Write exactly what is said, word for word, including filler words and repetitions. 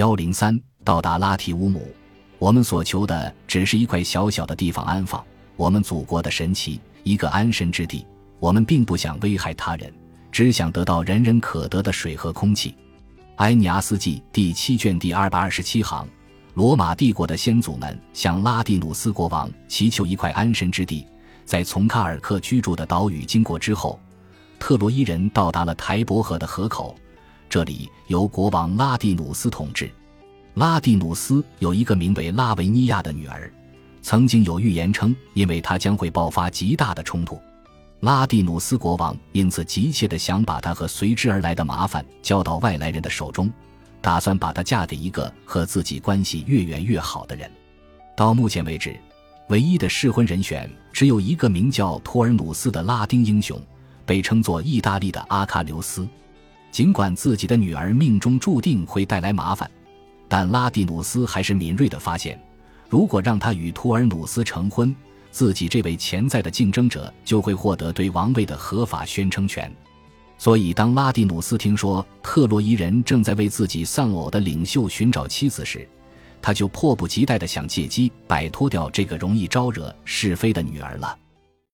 一零三到达拉提乌姆，我们所求的只是一块小小的地方安放我们祖国的神旗，一个安身之地。我们并不想危害他人，只想得到人人可得的水和空气。埃尼阿斯纪第七卷第二百二十七行，罗马帝国的先祖们向拉蒂努斯国王祈求一块安身之地。在从卡尔克居住的岛屿经过之后，特洛伊人到达了台伯河的河口，这里由国王拉蒂努斯统治。拉蒂努斯有一个名为拉维尼亚的女儿，曾经有预言称，因为她将会爆发极大的冲突，拉蒂努斯国王因此急切地想把她和随之而来的麻烦交到外来人的手中，打算把她嫁给一个和自己关系越远越好的人。到目前为止，唯一的适婚人选只有一个名叫托尔努斯的拉丁英雄，被称作意大利的阿喀琉斯。尽管自己的女儿命中注定会带来麻烦，但拉蒂努斯还是敏锐地发现，如果让他与托尔努斯成婚，自己这位潜在的竞争者就会获得对王位的合法宣称权。所以当拉蒂努斯听说特洛伊人正在为自己丧偶的领袖寻找妻子时，他就迫不及待地想借机摆脱掉这个容易招惹是非的女儿了。